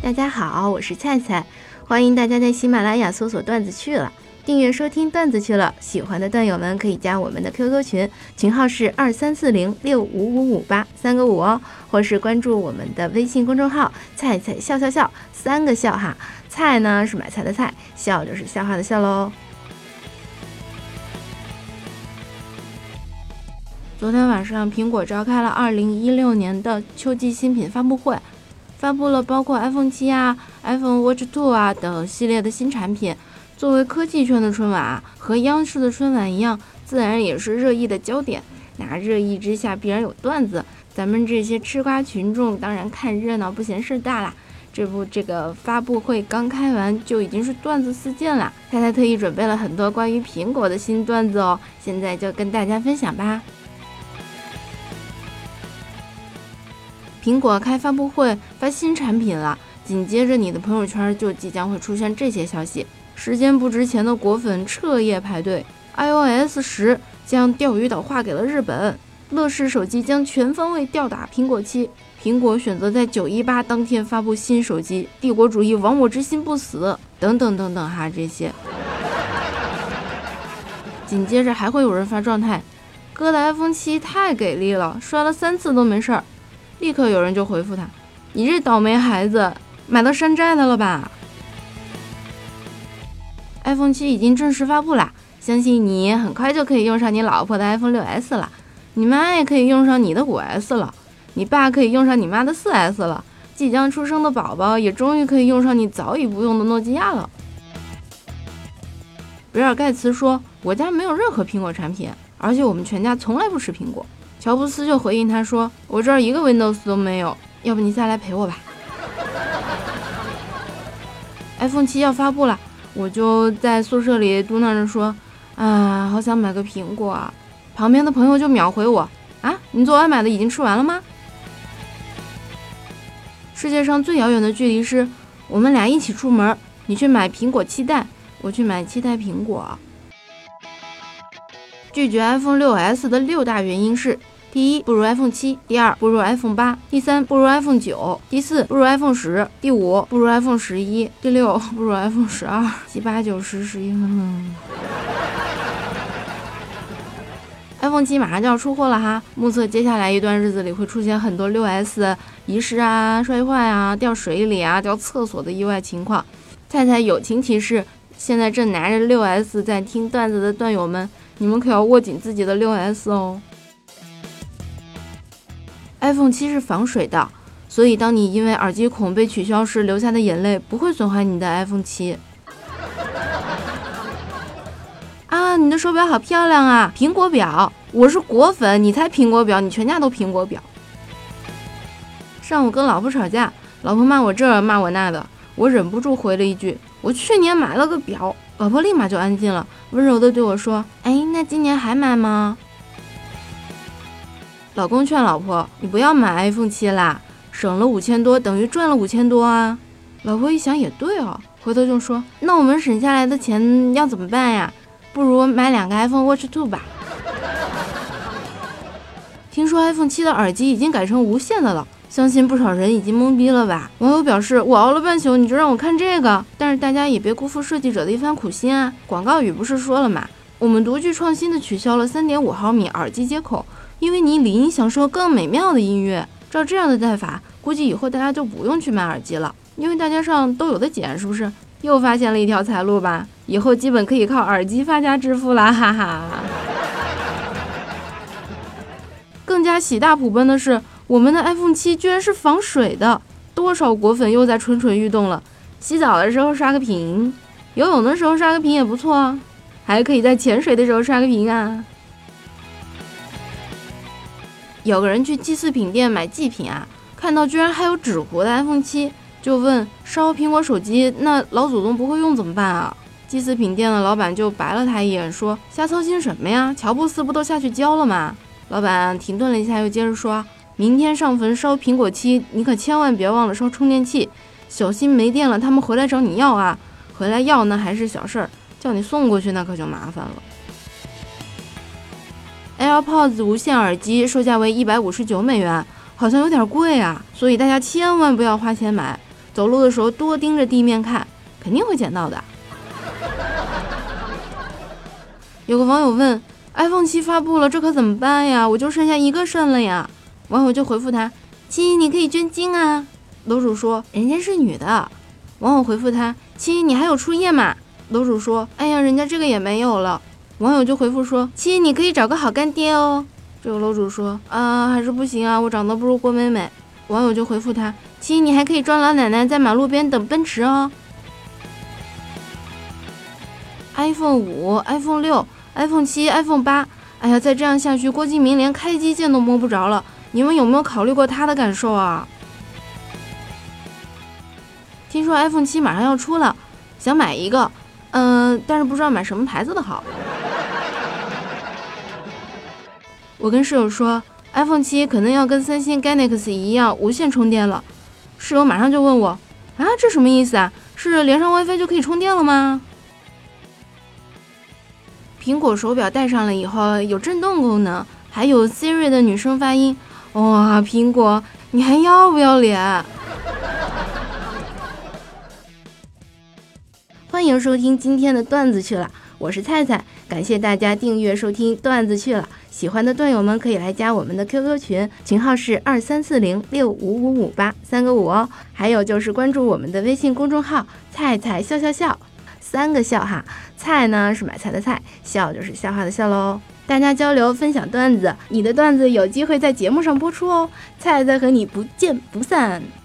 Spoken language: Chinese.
大家好，我是菜菜，欢迎大家在喜马拉雅搜索段子去了，订阅收听段子去了。喜欢的段友们可以加我们的 QQ 群，群号是2340655558，3个5哦，或是关注我们的微信公众号菜菜笑笑笑，3个笑哈，菜呢是买菜的菜，笑就是笑话的笑喽。昨天晚上，苹果召开了2016年的秋季新品发布会，发布了包括 iPhone 7啊、iPhone Watch 2啊等系列的新产品。作为科技圈的春晚啊，和央视的春晚一样，自然也是热议的焦点。那热议之下必然有段子，咱们这些吃瓜群众当然看热闹不嫌事大啦。这个发布会刚开完就已经是段子四溅啦。太太特意准备了很多关于苹果的新段子哦，现在就跟大家分享吧。苹果开发布会发新产品了，紧接着你的朋友圈就即将会出现这些消息。时间不值钱的果粉彻夜排队， iOS 10将钓鱼岛划给了日本，乐视手机将全方位吊打苹果7，苹果选择在918当天发布新手机，帝国主义亡我之心不死，等等等等哈，这些。紧接着还会有人发状态，哥的 iPhone 7太给力了，摔了3次都没事儿。立刻有人就回复他，你这倒霉孩子，买到山寨的了吧。iPhone 7已经正式发布啦，相信你很快就可以用上你老婆的 iPhone 6S 了，你妈也可以用上你的 5S 了，你爸可以用上你妈的 4S 了，即将出生的宝宝也终于可以用上你早已不用的诺基亚了。比尔盖茨说，我家没有任何苹果产品，而且我们全家从来不吃苹果。乔布斯就回应他说，我这儿一个 Windows 都没有，要不你下来陪我吧。iPhone 7要发布了，我就在宿舍里嘟囔着说，啊，好想买个苹果啊。旁边的朋友就秒回我，啊，你昨晚买的已经吃完了吗？世界上最遥远的距离是我们俩一起出门，你去买苹果期待，我去买期待苹果。拒绝 iPhone 6S 的6大原因是，第一，不如 iPhone 7；第二，不如 iPhone 8；第三，不如 iPhone 9；第四，不如 iPhone 10；第五，不如 iPhone 11；第六，不如 iPhone 12；7、8、9、10、11。iPhone 7马上就要出货了哈，目测接下来一段日子里会出现很多 6S 遗失啊、摔坏啊、掉水里啊、掉厕所的意外情况。菜菜友情提示，现在正拿着 6S 在听段子的段友们，你们可要握紧自己的 6S 哦。iPhone 7是防水的，所以当你因为耳机孔被取消时流下的眼泪不会损坏你的 iPhone 7。啊，你的手表好漂亮啊，苹果表，我是果粉，你才苹果表，你全家都苹果表。上午跟老婆吵架，老婆骂我这骂我那的，我忍不住回了一句，我去年买了个表。老婆立马就安静了，温柔地对我说，哎，那今年还买吗？老公劝老婆，你不要买 iPhone 7啦，省了5000多等于赚了5000多啊。老婆一想也对哦，回头就说，那我们省下来的钱要怎么办呀？不如买2个 iPhone Watch 2吧。听说 iPhone 7的耳机已经改成无线的了，相信不少人已经懵逼了吧。网友表示，我熬了半宿你就让我看这个，但是大家也别辜负设计者的一番苦心啊。广告语不是说了吗，我们独具创新的取消了3.5毫米耳机接口，因为你理应享受更美妙的音乐。照这样的带法，估计以后大家就不用去买耳机了，因为大街上都有的捡，是不是？又发现了一条财路吧，以后基本可以靠耳机发家致富啦，哈哈。更加喜大普奔的是，我们的 iPhone 7居然是防水的，多少果粉又在蠢蠢欲动了。洗澡的时候刷个屏，游泳的时候刷个屏也不错啊，还可以在潜水的时候刷个屏啊。有个人去祭祀品店买祭品啊，看到居然还有纸糊的 iPhone 7，就问烧苹果手机，那老祖宗不会用怎么办啊？祭祀品店的老板就白了他一眼，说瞎操心什么呀，乔布斯不都下去教了吗？老板停顿了一下，又接着说，明天上坟烧苹果7，你可千万别忘了烧充电器，小心没电了他们回来找你要啊，回来要那还是小事儿，叫你送过去那可就麻烦了。AirPods 无线耳机售价为$159，好像有点贵啊，所以大家千万不要花钱买。 走路的时候多盯着地面看，肯定会捡到的。有个网友问 iPhone 7发布了，这可怎么办呀？我就剩下1个肾了呀。网友就回复他，亲，你可以捐精啊。楼主说，人家是女的。网友回复他，亲，你还有初夜吗？楼主说，哎呀，人家这个也没有了。网友就回复说，亲，你可以找个好干爹哦。这个楼主说，还是不行啊，我长得不如郭美美。网友就回复他，亲，你还可以装老奶奶在马路边等奔驰哦。iPhone 5、iPhone 6、iPhone 7、iPhone 8，哎呀，再这样下去，郭敬明连开机键都摸不着了。你们有没有考虑过他的感受啊？听说 iPhone 7马上要出了，想买一个，但是不知道买什么牌子的好。我跟室友说 ，iPhone 7可能要跟三星 Galaxy 一样无线充电了。室友马上就问我，啊，这什么意思啊？是连上 WiFi 就可以充电了吗？苹果手表戴上了以后有震动功能，还有 Siri 的女声发音。哇，苹果，你还要不要脸？欢迎收听今天的段子去了，我是菜菜，感谢大家订阅收听段子去了。喜欢的段友们可以来加我们的 QQ 群，群号是2340655558，3个5哦。还有就是关注我们的微信公众号菜菜笑笑笑，3个笑哈，菜呢是买菜的菜，笑就是笑话的笑喽。大家交流分享段子，你的段子有机会在节目上播出哦。菜菜和你不见不散。